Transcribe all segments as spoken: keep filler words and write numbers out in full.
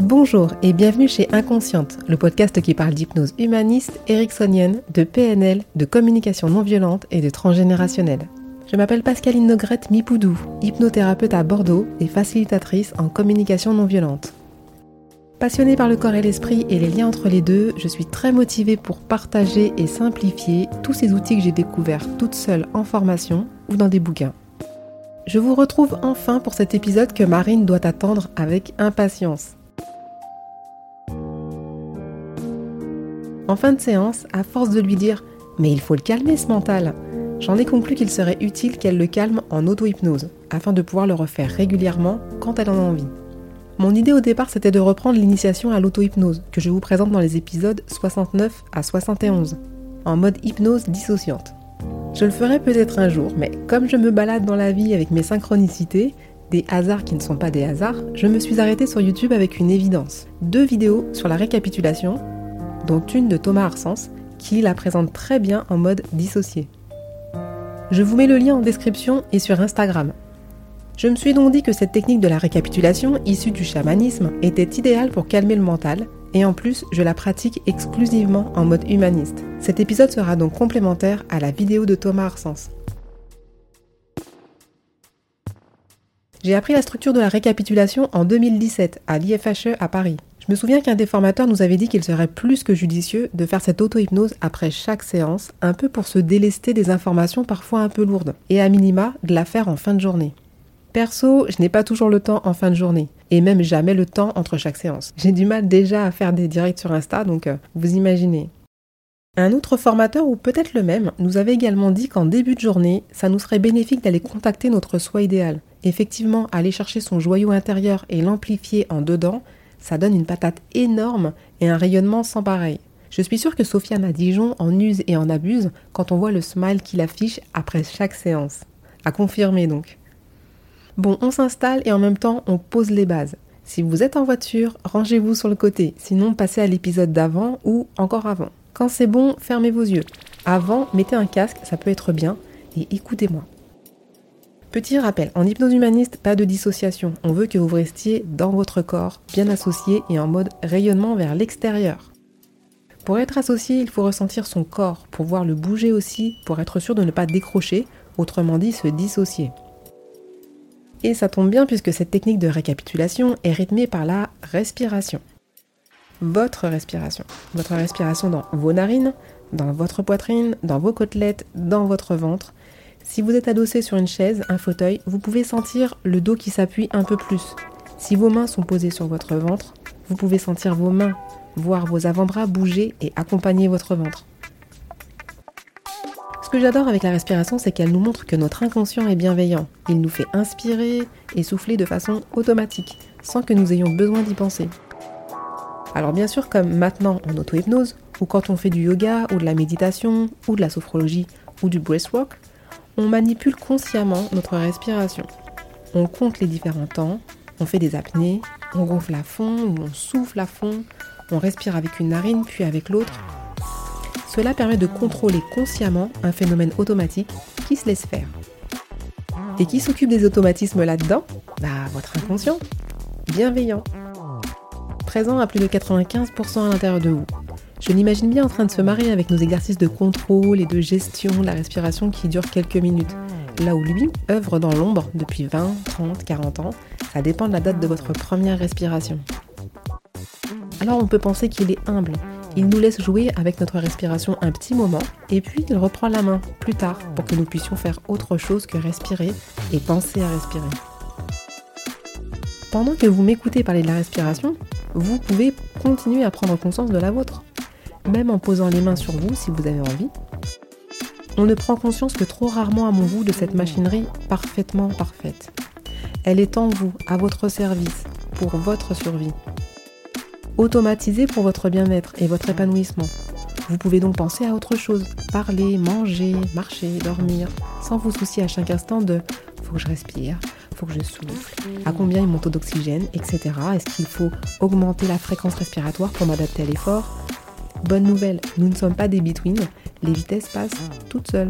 Bonjour et bienvenue chez Inconsciente, le podcast qui parle d'hypnose humaniste, ericksonienne, de P N L, de communication non violente et de transgénérationnelle. Je m'appelle Pascaline Nogrette Mipoudou, hypnothérapeute à Bordeaux et facilitatrice en communication non violente. Passionnée par le corps et l'esprit et les liens entre les deux, je suis très motivée pour partager et simplifier tous ces outils que j'ai découverts toute seule en formation ou dans des bouquins. Je vous retrouve enfin pour cet épisode que Marine doit attendre avec impatience. En fin de séance, à force de lui dire « mais il faut le calmer ce mental », j'en ai conclu qu'il serait utile qu'elle le calme en auto-hypnose, afin de pouvoir le refaire régulièrement quand elle en a envie. Mon idée au départ, c'était de reprendre l'initiation à l'auto-hypnose, que je vous présente dans les épisodes soixante-neuf à soixante et onze, en mode hypnose dissociante. Je le ferai peut-être un jour, mais comme je me balade dans la vie avec mes synchronicités, des hasards qui ne sont pas des hasards, je me suis arrêtée sur YouTube avec une évidence. Deux vidéos sur la récapitulation, dont une de Thomas Arsens, qui la présente très bien en mode dissocié. Je vous mets le lien en description et sur Instagram. Je me suis donc dit que cette technique de la récapitulation, issue du chamanisme, était idéale pour calmer le mental, et en plus, je la pratique exclusivement en mode humaniste. Cet épisode sera donc complémentaire à la vidéo de Thomas Arsens. J'ai appris la structure de la récapitulation en deux mille dix-sept à l'I F H E à Paris. Je me souviens qu'un des formateurs nous avait dit qu'il serait plus que judicieux de faire cette auto-hypnose après chaque séance, un peu pour se délester des informations parfois un peu lourdes, et à minima, de la faire en fin de journée. Perso, je n'ai pas toujours le temps en fin de journée, et même jamais le temps entre chaque séance. J'ai du mal déjà à faire des directs sur Insta, donc euh, vous imaginez. Un autre formateur, ou peut-être le même, nous avait également dit qu'en début de journée, ça nous serait bénéfique d'aller contacter notre soi idéal. Effectivement, aller chercher son joyau intérieur et l'amplifier en dedans, ça donne une patate énorme et un rayonnement sans pareil. Je suis sûre que Sofiane à Dijon en use et en abuse quand on voit le smile qu'il affiche après chaque séance. À confirmer donc. Bon, on s'installe et en même temps, on pose les bases. Si vous êtes en voiture, rangez-vous sur le côté, sinon passez à l'épisode d'avant ou encore avant. Quand c'est bon, fermez vos yeux. Avant, mettez un casque, ça peut être bien, et écoutez-moi. Petit rappel, en hypnose humaniste, pas de dissociation. On veut que vous restiez dans votre corps, bien associé et en mode rayonnement vers l'extérieur. Pour être associé, il faut ressentir son corps, pour voir le bouger aussi, pour être sûr de ne pas décrocher, autrement dit se dissocier. Et ça tombe bien puisque cette technique de récapitulation est rythmée par la respiration. Votre respiration. Votre respiration dans vos narines, dans votre poitrine, dans vos côtelettes, dans votre ventre. Si vous êtes adossé sur une chaise, un fauteuil, vous pouvez sentir le dos qui s'appuie un peu plus. Si vos mains sont posées sur votre ventre, vous pouvez sentir vos mains, voir vos avant-bras bouger et accompagner votre ventre. Ce que j'adore avec la respiration, c'est qu'elle nous montre que notre inconscient est bienveillant. Il nous fait inspirer et souffler de façon automatique, sans que nous ayons besoin d'y penser. Alors bien sûr, comme maintenant en auto-hypnose, ou quand on fait du yoga, ou de la méditation, ou de la sophrologie, ou du breathwork, on manipule consciemment notre respiration. On compte les différents temps, on fait des apnées, on gonfle à fond ou on souffle à fond, on respire avec une narine puis avec l'autre. Cela permet de contrôler consciemment un phénomène automatique qui se laisse faire. Et qui s'occupe des automatismes là-dedans ? Bah, votre inconscient, bienveillant, présent à plus de quatre-vingt-quinze pour cent à l'intérieur de vous. Je l'imagine bien en train de se marrer avec nos exercices de contrôle et de gestion de la respiration qui durent quelques minutes. Là où lui œuvre dans l'ombre depuis vingt, trente, quarante ans, ça dépend de la date de votre première respiration. Alors on peut penser qu'il est humble. Il nous laisse jouer avec notre respiration un petit moment et puis il reprend la main plus tard pour que nous puissions faire autre chose que respirer et penser à respirer. Pendant que vous m'écoutez parler de la respiration, vous pouvez continuer à prendre conscience de la vôtre. Même en posant les mains sur vous si vous avez envie. On ne prend conscience que trop rarement à mon goût de cette machinerie parfaitement parfaite. Elle est en vous, à votre service, pour votre survie. Automatisée pour votre bien-être et votre épanouissement. Vous pouvez donc penser à autre chose, parler, manger, marcher, dormir, sans vous soucier à chaque instant de « faut que je respire », faut que je souffle, à combien est mon taux d'oxygène, et cetera. Est-ce qu'il faut augmenter la fréquence respiratoire pour m'adapter à l'effort ? Bonne nouvelle, nous ne sommes pas des between, les vitesses passent toutes seules.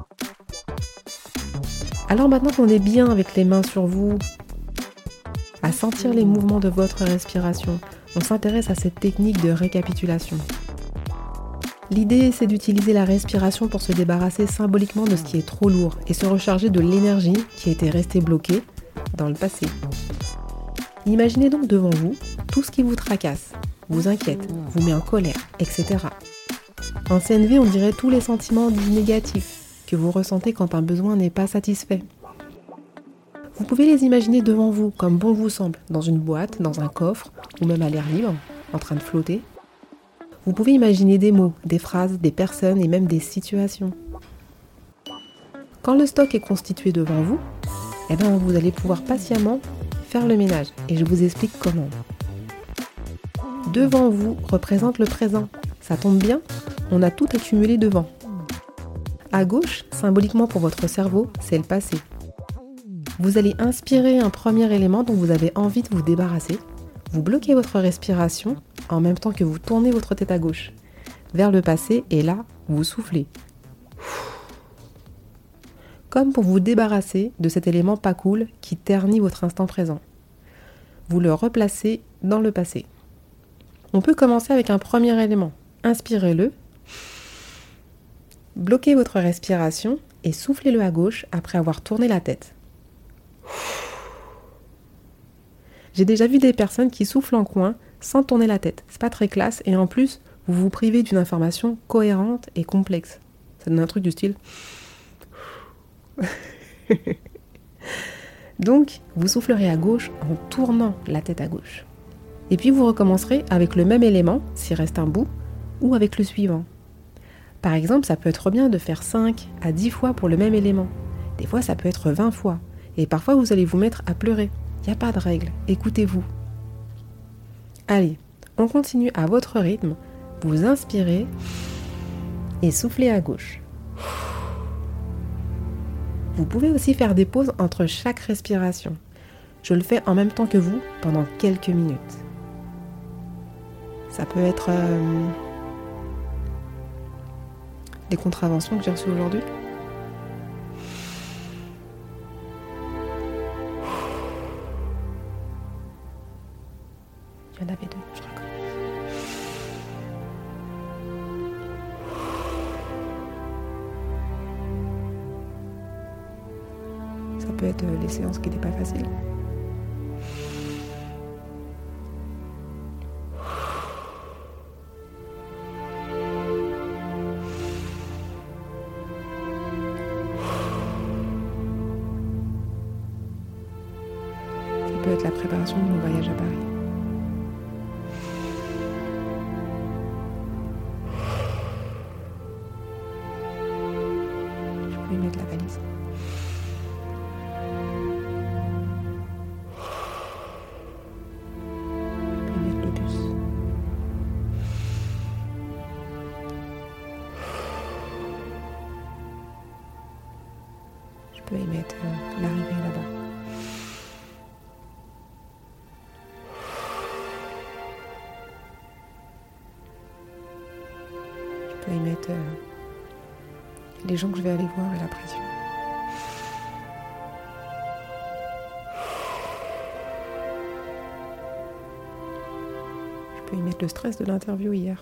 Alors maintenant qu'on est bien avec les mains sur vous, sentir les mouvements de votre respiration, on s'intéresse à cette technique de récapitulation. L'idée, c'est d'utiliser la respiration pour se débarrasser symboliquement de ce qui est trop lourd et se recharger de l'énergie qui était restée bloquée dans le passé. Imaginez donc devant vous tout ce qui vous tracasse, vous inquiète, vous met en colère, et cetera. En C N V, on dirait tous les sentiments dits négatifs que vous ressentez quand un besoin n'est pas satisfait. Vous pouvez les imaginer devant vous comme bon vous semble, dans une boîte, dans un coffre, ou même à l'air libre, en train de flotter. Vous pouvez imaginer des mots, des phrases, des personnes et même des situations. Quand le stock est constitué devant vous, eh bien vous allez pouvoir patiemment faire le ménage et je vous explique comment. Devant vous représente le présent. Ça tombe bien, on a tout accumulé devant. À gauche, symboliquement pour votre cerveau, c'est le passé. Vous allez inspirer un premier élément dont vous avez envie de vous débarrasser. Vous bloquez votre respiration en même temps que vous tournez votre tête à gauche vers le passé et là, vous soufflez. Comme pour vous débarrasser de cet élément pas cool qui ternit votre instant présent. Vous le replacez dans le passé. On peut commencer avec un premier élément. Inspirez-le, bloquez votre respiration et soufflez-le à gauche après avoir tourné la tête. J'ai déjà vu des personnes qui soufflent en coin sans tourner la tête. C'est pas très classe et en plus, vous vous privez d'une information cohérente et complexe. Ça donne un truc du style. Donc, vous soufflerez à gauche en tournant la tête à gauche. Et puis vous recommencerez avec le même élément, s'il reste un bout, ou avec le suivant. Par exemple, ça peut être bien de faire cinq à dix fois pour le même élément. Des fois, ça peut être vingt fois. Et parfois, vous allez vous mettre à pleurer. Il n'y a pas de règle, écoutez-vous. Allez, on continue à votre rythme. Vous inspirez et soufflez à gauche. Vous pouvez aussi faire des pauses entre chaque respiration. Je le fais en même temps que vous pendant quelques minutes. Ça peut être euh, des contraventions que j'ai reçues aujourd'hui. Il y en avait deux, je reconnais. Ça peut être les séances qui n'étaient pas faciles. Ça peut être la préparation de mon voyage à Paris. Je peux y mettre la valise. Je peux y mettre le bus. Je peux y mettre euh, l'arrivée là-bas. Je peux y mettre euh, les gens que je vais aller voir et la pression. Je peux y mettre le stress de l'interview hier.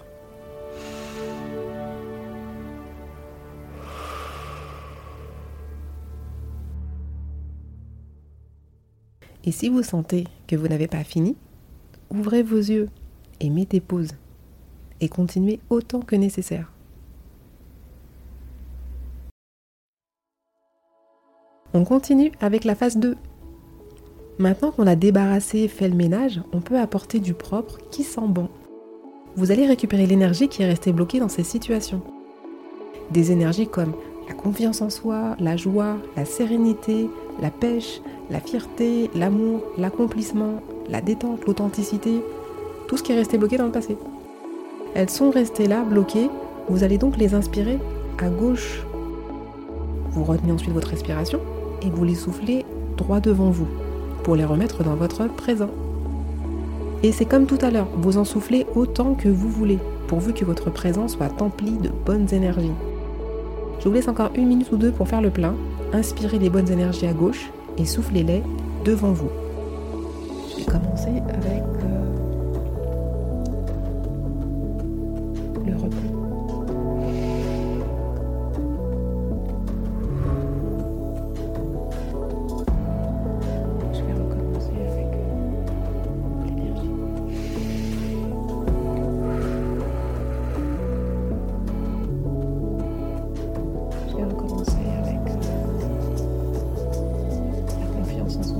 Et si vous sentez que vous n'avez pas fini, ouvrez vos yeux et mettez pause. Et continuez autant que nécessaire. On continue avec la phase deux. Maintenant qu'on a débarrassé et fait le ménage, on peut apporter du propre qui sent bon. Vous allez récupérer l'énergie qui est restée bloquée dans ces situations. Des énergies comme la confiance en soi, la joie, la sérénité, la pêche, la fierté, l'amour, l'accomplissement, la détente, l'authenticité, tout ce qui est resté bloqué dans le passé. Elles sont restées là, bloquées, vous allez donc les inspirer à gauche. Vous retenez ensuite votre respiration et vous les soufflez droit devant vous pour les remettre dans votre présent. Et c'est comme tout à l'heure, vous en soufflez autant que vous voulez, pourvu que votre présent soit empli de bonnes énergies. Je vous laisse encore une minute ou deux pour faire le plein. Inspirez les bonnes énergies à gauche et soufflez-les devant vous. Je vais commencer avec euh, le repos. Je vais recommencer avec euh, l'énergie. Je vais recommencer avec euh, la confiance en soi.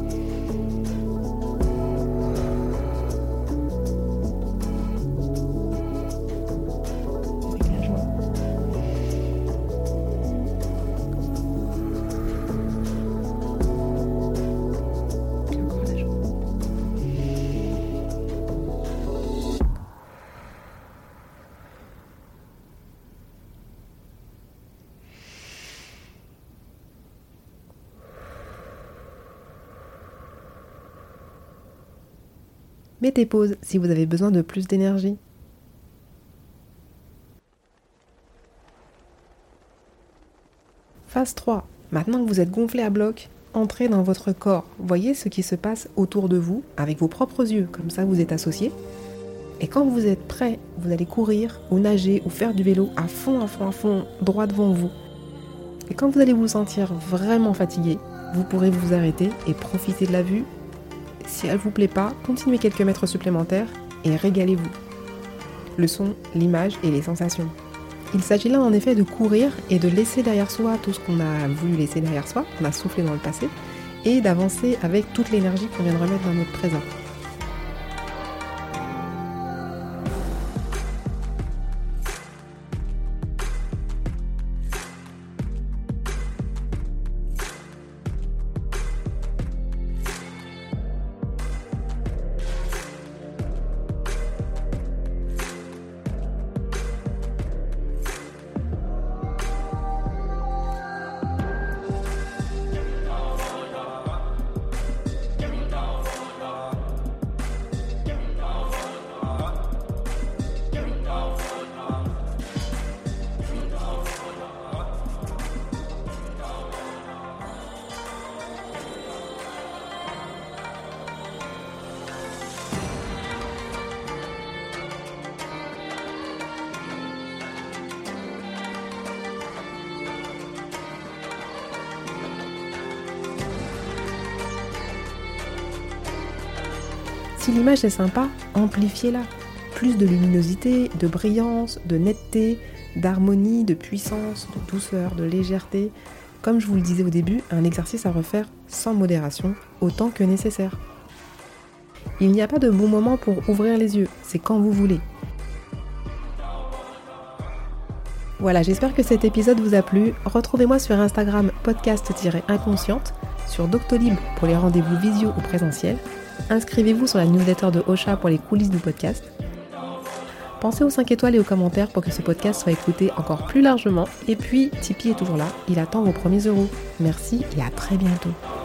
Avec la joie. Puis encore la joie. Mettez pause si vous avez besoin de plus d'énergie. Phase trois. Maintenant que vous êtes gonflé à bloc, entrez dans votre corps. Voyez ce qui se passe autour de vous avec vos propres yeux, comme ça vous êtes associés. Et quand vous êtes prêt, vous allez courir ou nager ou faire du vélo à fond, à fond, à fond, droit devant vous. Et quand vous allez vous sentir vraiment fatigué, vous pourrez vous arrêter et profiter de la vue. Si elle ne vous plaît pas, continuez quelques mètres supplémentaires et régalez-vous. Le son, l'image et les sensations. Il s'agit là en effet de courir et de laisser derrière soi tout ce qu'on a voulu laisser derrière soi, qu'on a soufflé dans le passé, et d'avancer avec toute l'énergie qu'on vient de remettre dans notre présent. Si l'image est sympa, amplifiez-la. Plus de luminosité, de brillance, de netteté, d'harmonie, de puissance, de douceur, de légèreté. Comme je vous le disais au début, un exercice à refaire sans modération, autant que nécessaire. Il n'y a pas de bon moment pour ouvrir les yeux, c'est quand vous voulez. Voilà, j'espère que cet épisode vous a plu. Retrouvez-moi sur Instagram podcast-inconsciente, sur Doctolib pour les rendez-vous visio ou présentiels. Inscrivez-vous sur la newsletter de Ocha pour les coulisses du podcast. Pensez aux cinq étoiles et aux commentaires pour que ce podcast soit écouté encore plus largement. Et puis, Tipeee est toujours là, il attend vos premiers euros. Merci et à très bientôt.